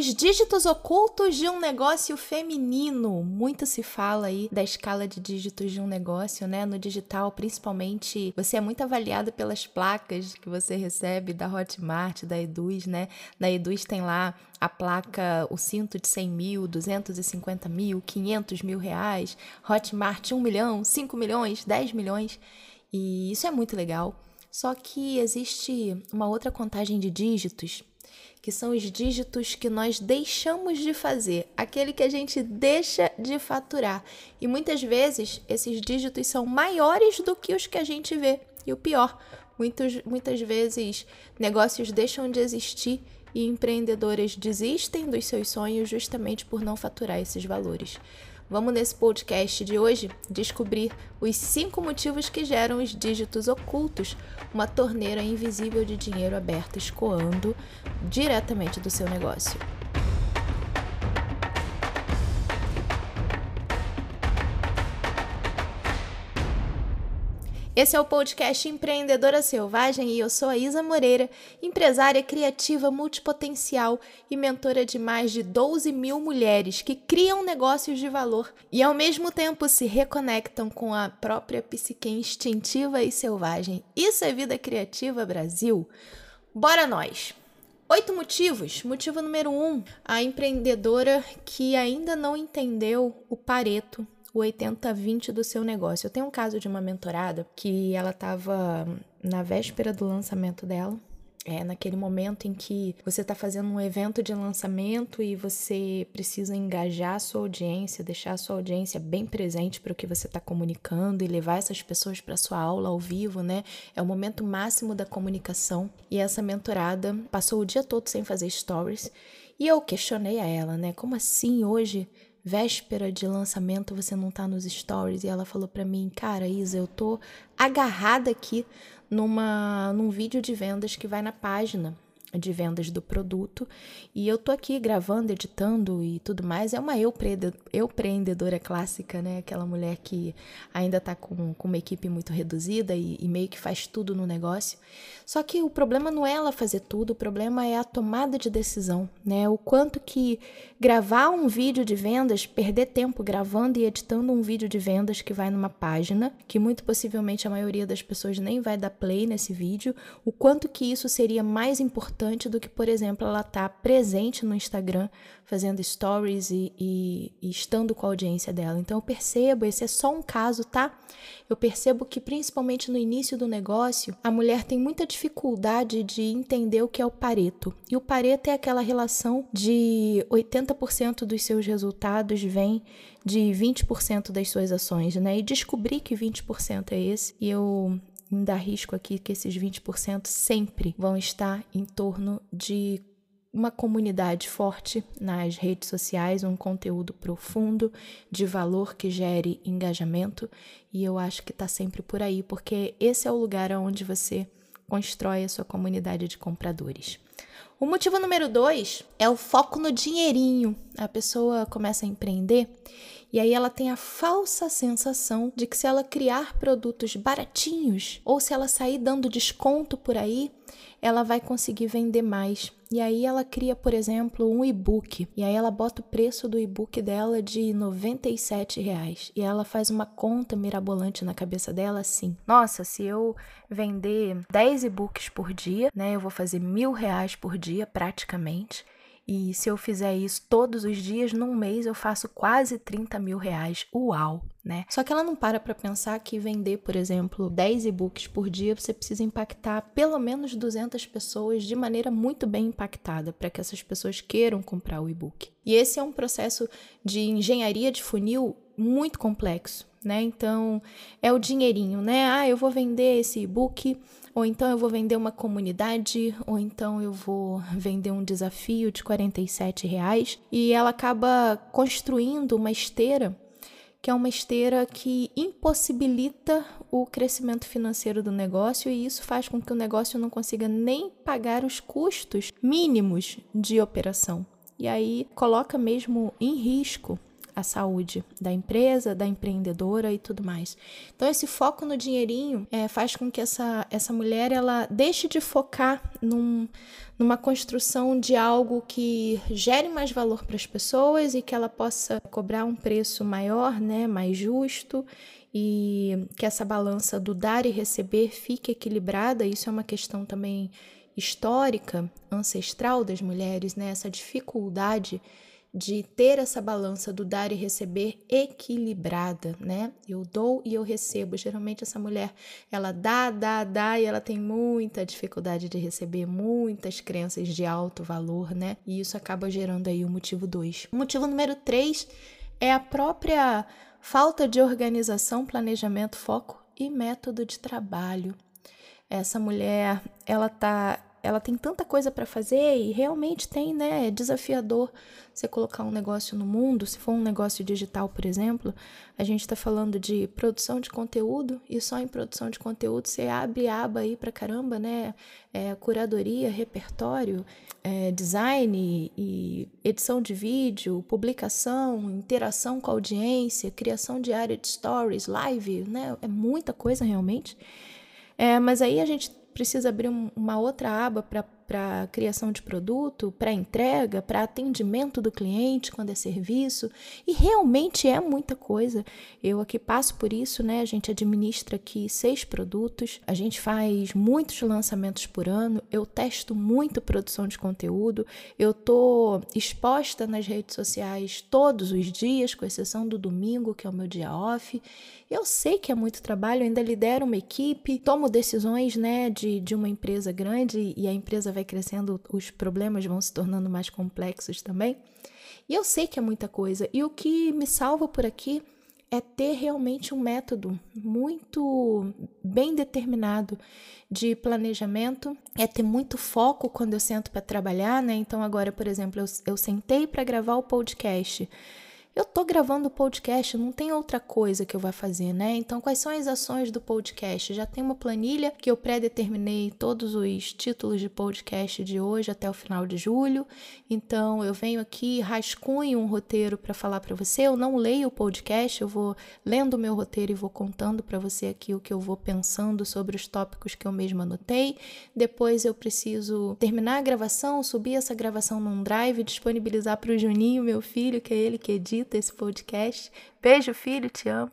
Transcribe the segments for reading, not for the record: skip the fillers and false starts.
Os dígitos ocultos de um negócio feminino. Muito se fala aí da escala de dígitos de um negócio, né? No digital, principalmente, você é muito avaliado pelas placas que você recebe da Hotmart, da Eduz, né? Na Eduz tem lá a placa, o cinto de 100 mil, 250 mil, 500 mil reais. Hotmart 1 milhão, 5 milhões, 10 milhões. E isso é muito legal. Só que existe uma outra contagem de dígitos, que são os dígitos que nós deixamos de fazer, aquele que a gente deixa de faturar. E muitas vezes esses dígitos são maiores do que os que a gente vê. E o pior, muitas vezes negócios deixam de existir e empreendedoras desistem dos seus sonhos justamente por não faturar esses valores. Vamos nesse podcast de hoje descobrir os 5 motivos que geram os dígitos ocultos, uma torneira invisível de dinheiro aberta escoando diretamente do seu negócio. Esse é o podcast Empreendedora Selvagem e eu sou a Isa Moreira, empresária criativa multipotencial e mentora de mais de 12 mil mulheres que criam negócios de valor e ao mesmo tempo se reconectam com a própria psique instintiva e selvagem. Isso é vida criativa, Brasil? Bora nós! 8 motivos. Motivo número 1, a empreendedora que ainda não entendeu o Pareto, o 80-20 do seu negócio. Eu tenho um caso de uma mentorada que ela estava na véspera do lançamento dela, naquele momento em que você está fazendo um evento de lançamento e você precisa engajar a sua audiência, deixar a sua audiência bem presente para o que você está comunicando e levar essas pessoas para a sua aula ao vivo, né? É o momento máximo da comunicação. E essa mentorada passou o dia todo sem fazer stories e eu questionei a ela, né? Como assim hoje, véspera de lançamento, você não tá nos stories? E ela falou pra mim, cara, Isa, eu tô agarrada aqui num vídeo de vendas que vai na página de vendas do produto e eu tô aqui gravando, editando e tudo mais. É uma empreendedora clássica, né? Aquela mulher que ainda tá com uma equipe muito reduzida e meio que faz tudo no negócio. Só que o problema não é ela fazer tudo, o problema é a tomada de decisão, né? O quanto que gravar um vídeo de vendas, perder tempo gravando e editando um vídeo de vendas que vai numa página, que muito possivelmente a maioria das pessoas nem vai dar play nesse vídeo, o quanto que isso seria mais importante do que, por exemplo, ela estar presente no Instagram, fazendo stories e estando com a audiência dela. Então eu percebo, esse é só um caso, tá? Eu percebo que principalmente no início do negócio, a mulher tem muita dificuldade de entender o que é o Pareto. E o Pareto é aquela relação de 80% dos seus resultados vem de 20% das suas ações, né? E descobrir que 20% é esse, e eu ainda arrisco aqui que esses 20% sempre vão estar em torno de uma comunidade forte nas redes sociais, um conteúdo profundo, de valor que gere engajamento, e eu acho que está sempre por aí, porque esse é o lugar onde você constrói a sua comunidade de compradores. O motivo número 2 é o foco no dinheirinho. A pessoa começa a empreender e aí ela tem a falsa sensação de que se ela criar produtos baratinhos ou se ela sair dando desconto por aí, ela vai conseguir vender mais. E aí ela cria, por exemplo, um e-book. E aí ela bota o preço do e-book dela de R$ 97. E ela faz uma conta mirabolante na cabeça dela assim. Nossa, se eu vender 10 e-books por dia, né, eu vou fazer R$ 1.000 por dia praticamente. E se eu fizer isso todos os dias, num mês eu faço quase R$ 30 mil. Uau, né? Só que ela não para pensar que vender, por exemplo, 10 e-books por dia, você precisa impactar pelo menos 200 pessoas de maneira muito bem impactada, para que essas pessoas queiram comprar o e-book. E esse é um processo de engenharia de funil muito complexo, né? Então, é o dinheirinho, né? Eu vou vender esse e-book, ou então eu vou vender uma comunidade, ou então eu vou vender um desafio de R$ 47. E ela acaba construindo uma esteira, que é uma esteira que impossibilita o crescimento financeiro do negócio, e isso faz com que o negócio não consiga nem pagar os custos mínimos de operação. E aí coloca mesmo em risco a saúde da empresa, da empreendedora e tudo mais. Então, esse foco no dinheirinho faz com que essa mulher ela deixe de focar numa construção de algo que gere mais valor para as pessoas e que ela possa cobrar um preço maior, né, mais justo, e que essa balança do dar e receber fique equilibrada. Isso é uma questão também histórica, ancestral das mulheres, né? Essa dificuldade de ter essa balança do dar e receber equilibrada, né? Eu dou e eu recebo. Geralmente essa mulher, ela dá e ela tem muita dificuldade de receber, muitas crenças de alto valor, né? E isso acaba gerando aí o motivo 2. O motivo número 3 é a própria falta de organização, planejamento, foco e método de trabalho. Essa mulher, ela tem tanta coisa para fazer e realmente tem, né? É desafiador você colocar um negócio no mundo. Se for um negócio digital, por exemplo, a gente está falando de produção de conteúdo e só em produção de conteúdo você abre aba aí para caramba, né? Curadoria, repertório, design e edição de vídeo, publicação, interação com a audiência, criação diária de stories, live, né? É muita coisa realmente. Mas aí a gente precisa abrir uma outra aba para criação de produto, para entrega, para atendimento do cliente quando é serviço, e realmente é muita coisa. Eu aqui passo por isso, né? A gente administra aqui 6 produtos, a gente faz muitos lançamentos por ano, eu testo muito produção de conteúdo, eu estou exposta nas redes sociais todos os dias, com exceção do domingo, que é o meu dia off. Eu sei que é muito trabalho, eu ainda lidero uma equipe, tomo decisões, né, de uma empresa grande, e a empresa vai crescendo, os problemas vão se tornando mais complexos também. E eu sei que é muita coisa. E o que me salva por aqui é ter realmente um método muito bem determinado de planejamento, é ter muito foco quando eu sento para trabalhar, né? Então agora, por exemplo, eu sentei para gravar o podcast. Eu tô gravando o podcast, não tem outra coisa que eu vá fazer, né? Então, quais são as ações do podcast? Já tem uma planilha que eu pré-determinei todos os títulos de podcast de hoje até o final de julho. Então, eu venho aqui, rascunho um roteiro para falar para você. Eu não leio o podcast, eu vou lendo o meu roteiro e vou contando para você aqui o que eu vou pensando sobre os tópicos que eu mesma anotei. Depois eu preciso terminar a gravação, subir essa gravação num drive, disponibilizar para o Juninho, meu filho, que é ele que edita esse podcast. Beijo, filho, te amo.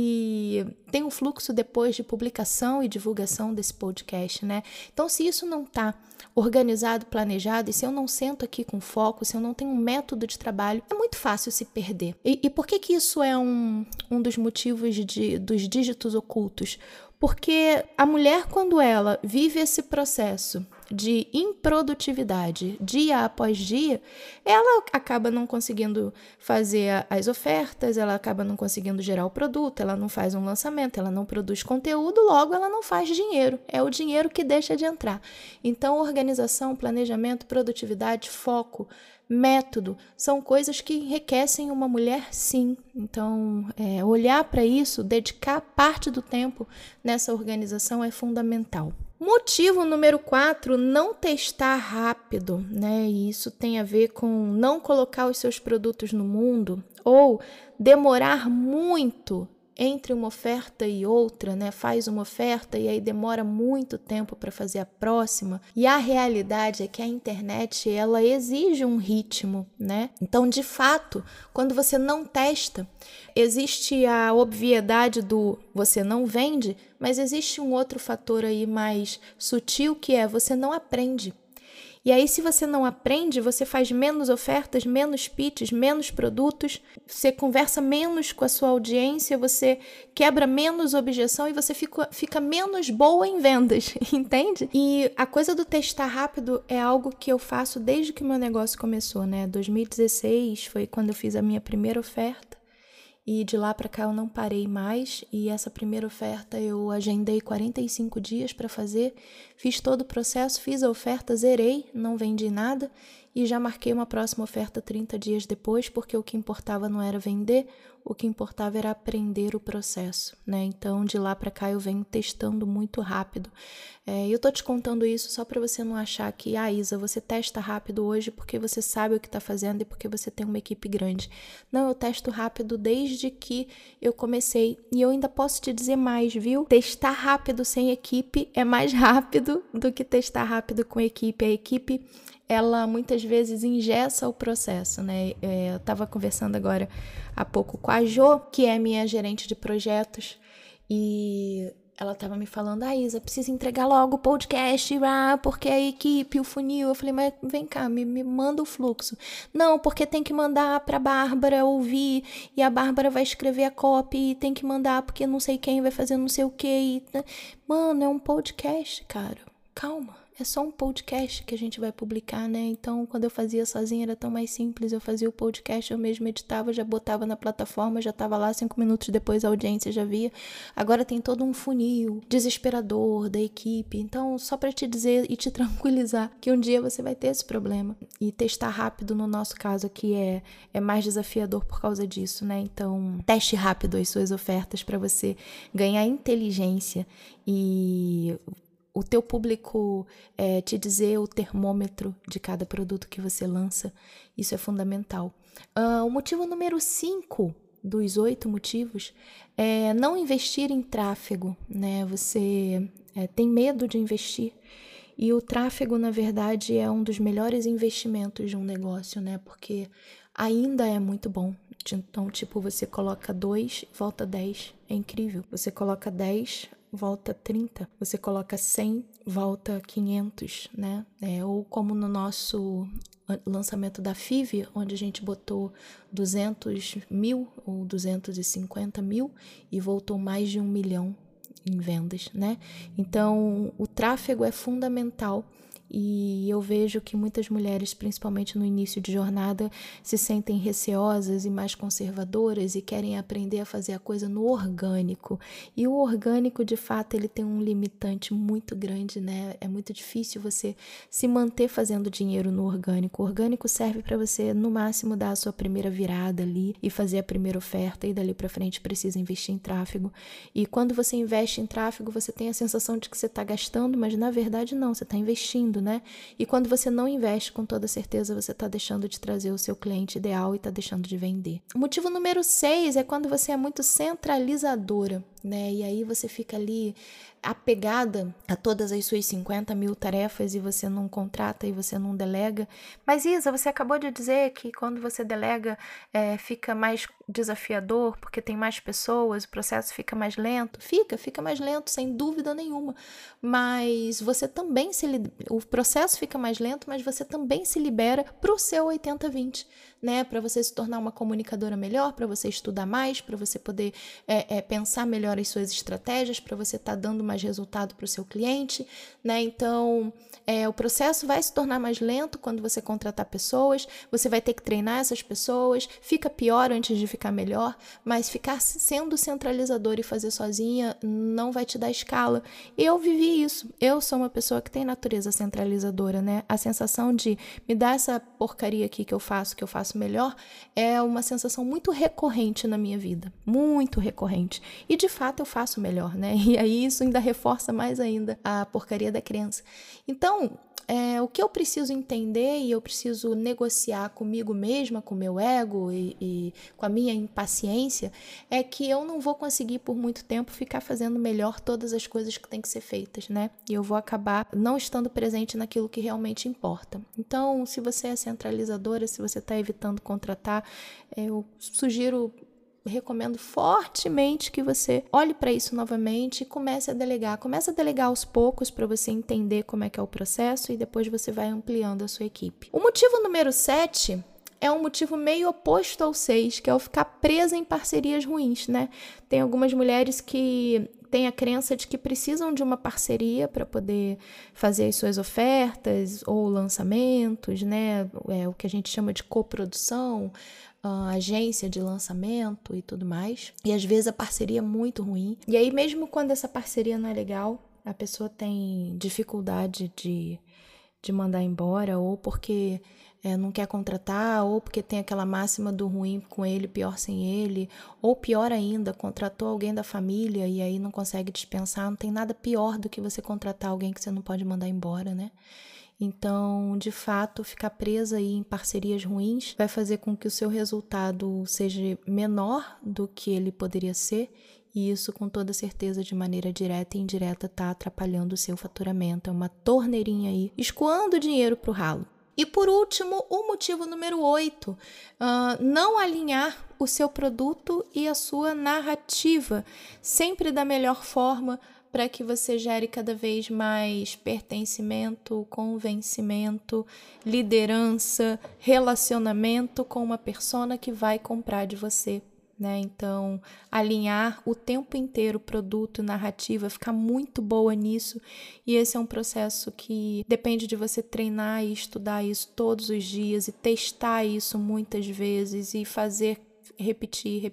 E tem um fluxo depois de publicação e divulgação desse podcast, né? Então, se isso não está organizado, planejado, e se eu não sento aqui com foco, se eu não tenho um método de trabalho, é muito fácil se perder. E por que isso é um dos motivos dos dígitos ocultos? Porque a mulher, quando ela vive esse processo de improdutividade dia após dia, ela acaba não conseguindo fazer as ofertas, ela acaba não conseguindo gerar o produto, ela não faz um lançamento, ela não produz conteúdo, logo ela não faz dinheiro. É o dinheiro que deixa de entrar. Então, organização, planejamento, produtividade, foco, método, são coisas que enriquecem uma mulher, sim. Então, olhar para isso, dedicar parte do tempo nessa organização é fundamental. Motivo número 4, não testar rápido, né? E isso tem a ver com não colocar os seus produtos no mundo ou demorar muito entre uma oferta e outra, né? Faz uma oferta e aí demora muito tempo para fazer a próxima. E a realidade é que a internet, ela exige um ritmo, né? Então, de fato, quando você não testa, existe a obviedade do você não vende, mas existe um outro fator aí mais sutil, que é você não aprende. E aí, se você não aprende, você faz menos ofertas, menos pitches, menos produtos, você conversa menos com a sua audiência, você quebra menos objeção e você fica menos boa em vendas, entende? E a coisa do testar rápido é algo que eu faço desde que o meu negócio começou, né? 2016 foi quando eu fiz a minha primeira oferta. E de lá para cá eu não parei mais, e essa primeira oferta eu agendei 45 dias para fazer, fiz todo o processo, fiz a oferta, zerei, não vendi nada, e já marquei uma próxima oferta 30 dias depois, porque o que importava não era vender, o que importava era aprender o processo, né? Então, de lá para cá eu venho testando muito rápido. Eu tô te contando isso só para você não achar que, Isa, você testa rápido hoje porque você sabe o que tá fazendo e porque você tem uma equipe grande. Não, eu testo rápido desde que eu comecei. E eu ainda posso te dizer mais, viu? Testar rápido sem equipe é mais rápido do que testar rápido com equipe. A equipe, ela muitas vezes engessa o processo, né? Eu estava conversando agora há pouco com a Jo, que é minha gerente de projetos, e ela estava me falando, Isa, precisa entregar logo o podcast, porque a equipe, o funil. Eu falei, mas vem cá, me manda o fluxo. Não, porque tem que mandar para a Bárbara ouvir, e a Bárbara vai escrever a copy, e tem que mandar porque não sei quem vai fazer não sei o quê. Mano, é um podcast, cara. Calma. É só um podcast que a gente vai publicar, né? Então, quando eu fazia sozinha era tão mais simples. Eu fazia o podcast, eu mesma editava, já botava na plataforma, já estava lá 5 minutos depois a audiência já via. Agora tem todo um funil desesperador da equipe. Então, só para te dizer e te tranquilizar que um dia você vai ter esse problema. E testar rápido, no nosso caso aqui, é mais desafiador por causa disso, né? Então, teste rápido as suas ofertas para você ganhar inteligência e o teu público te dizer o termômetro de cada produto que você lança. Isso é fundamental. O motivo número 5 dos 8 motivos é não investir em tráfego, né? Você tem medo de investir. E o tráfego, na verdade, é um dos melhores investimentos de um negócio, né? Porque ainda é muito bom. Então, você coloca 2, volta 10. É incrível. Você coloca 10, volta 30. Você coloca 100, volta 500, né? Ou como no nosso lançamento da FIV, onde a gente botou 200 mil ou 250 mil e voltou mais de 1 milhão em vendas, né? Então, o tráfego é fundamental. E eu vejo que muitas mulheres, principalmente no início de jornada, se sentem receosas e mais conservadoras e querem aprender a fazer a coisa no orgânico. E o orgânico, de fato, ele tem um limitante muito grande, né? É muito difícil você se manter fazendo dinheiro no orgânico. O orgânico serve para você, no máximo, dar a sua primeira virada ali e fazer a primeira oferta, e dali para frente precisa investir em tráfego. E quando você investe em tráfego, você tem a sensação de que você está gastando, mas na verdade não, você está investindo, né? E quando você não investe, com toda certeza você está deixando de trazer o seu cliente ideal e está deixando de vender. O motivo número 6 é quando você é muito centralizadora, né? E aí você fica ali apegada a todas as suas 50 mil tarefas e você não contrata e você não delega. Mas Isa, você acabou de dizer que quando você delega fica mais desafiador porque tem mais pessoas, o processo fica mais lento. Fica mais lento, sem dúvida nenhuma. Mas você também o processo fica mais lento, mas você também se libera para o seu 80-20, né? Para você se tornar uma comunicadora melhor, para você estudar mais, para você poder pensar melhor as suas estratégias, para você estar dando mais resultado para o seu cliente, né? Então, o processo vai se tornar mais lento quando você contratar pessoas, você vai ter que treinar essas pessoas, fica pior antes de ficar melhor, mas ficar sendo centralizador e fazer sozinha não vai te dar escala. Eu vivi isso, eu sou uma pessoa que tem natureza centralizadora, né? A sensação de me dar essa porcaria aqui que eu faço melhor, é uma sensação muito recorrente na minha vida, muito recorrente. E de fato eu faço melhor, né? E aí isso ainda reforça mais ainda a porcaria da crença. Então, o que eu preciso entender e eu preciso negociar comigo mesma, com o meu ego e com a minha impaciência, é que eu não vou conseguir por muito tempo ficar fazendo melhor todas as coisas que têm que ser feitas, né? E eu vou acabar não estando presente naquilo que realmente importa. Então, se você é centralizadora, se você está evitando contratar, eu recomendo fortemente que você olhe para isso novamente e comece a delegar. Comece a delegar aos poucos para você entender como é que é o processo e depois você vai ampliando a sua equipe. O motivo número 7 é um motivo meio oposto ao 6, que é o ficar presa em parcerias ruins, né? Tem algumas mulheres que têm a crença de que precisam de uma parceria para poder fazer as suas ofertas ou lançamentos, né? O que a gente chama de coprodução, agência de lançamento e tudo mais. E às vezes a parceria é muito ruim. E aí mesmo quando essa parceria não é legal, a pessoa tem dificuldade de mandar embora, ou porque não quer contratar, ou porque tem aquela máxima do ruim com ele, pior sem ele, ou pior ainda, contratou alguém da família e aí não consegue dispensar. Não tem nada pior do que você contratar alguém que você não pode mandar embora, né? Então, de fato, ficar presa aí em parcerias ruins vai fazer com que o seu resultado seja menor do que ele poderia ser, e isso, com toda certeza, de maneira direta e indireta, está atrapalhando o seu faturamento. É uma torneirinha aí, escoando dinheiro para o ralo. E por último, o motivo número 8, não alinhar o seu produto e a sua narrativa sempre da melhor forma, para que você gere cada vez mais pertencimento, convencimento, liderança, relacionamento com uma persona que vai comprar de você, né? Então, alinhar o tempo inteiro produto e narrativa, ficar muito boa nisso, e esse é um processo que depende de você treinar e estudar isso todos os dias e testar isso muitas vezes e fazer repetir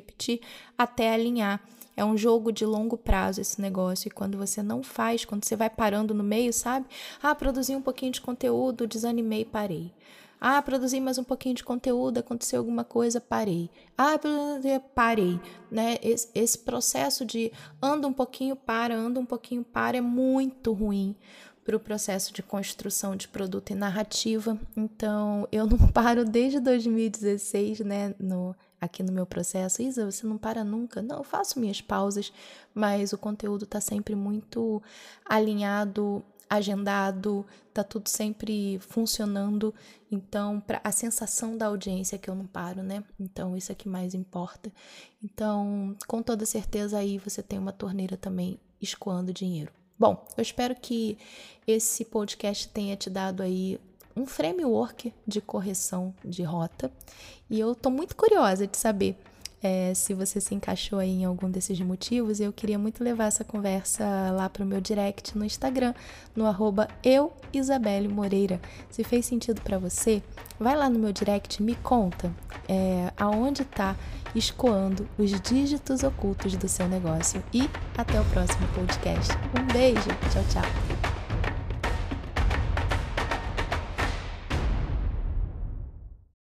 até alinhar. É um jogo de longo prazo esse negócio, e quando você não faz, quando você vai parando no meio, sabe? Produzi um pouquinho de conteúdo, desanimei, parei. Produzi mais um pouquinho de conteúdo, aconteceu alguma coisa, parei. Parei, né? Esse processo de anda um pouquinho, para é muito ruim para o processo de construção de produto e narrativa. Então, eu não paro desde 2016, né, aqui no meu processo. Isa, você não para nunca? Não, eu faço minhas pausas, mas o conteúdo está sempre muito alinhado, agendado, tá tudo sempre funcionando. Então, a sensação da audiência é que eu não paro, né? Então, isso é que mais importa. Então, com toda certeza aí você tem uma torneira também escoando dinheiro. Bom, eu espero que esse podcast tenha te dado aí um framework de correção de rota, e eu tô muito curiosa de saber se você se encaixou aí em algum desses motivos. Eu queria muito levar essa conversa lá pro meu direct no Instagram, no @euisabellemoreira. Se fez sentido para você, vai lá no meu direct, me conta aonde tá escoando os dígitos ocultos do seu negócio. E até o próximo podcast. Um beijo, tchau, tchau.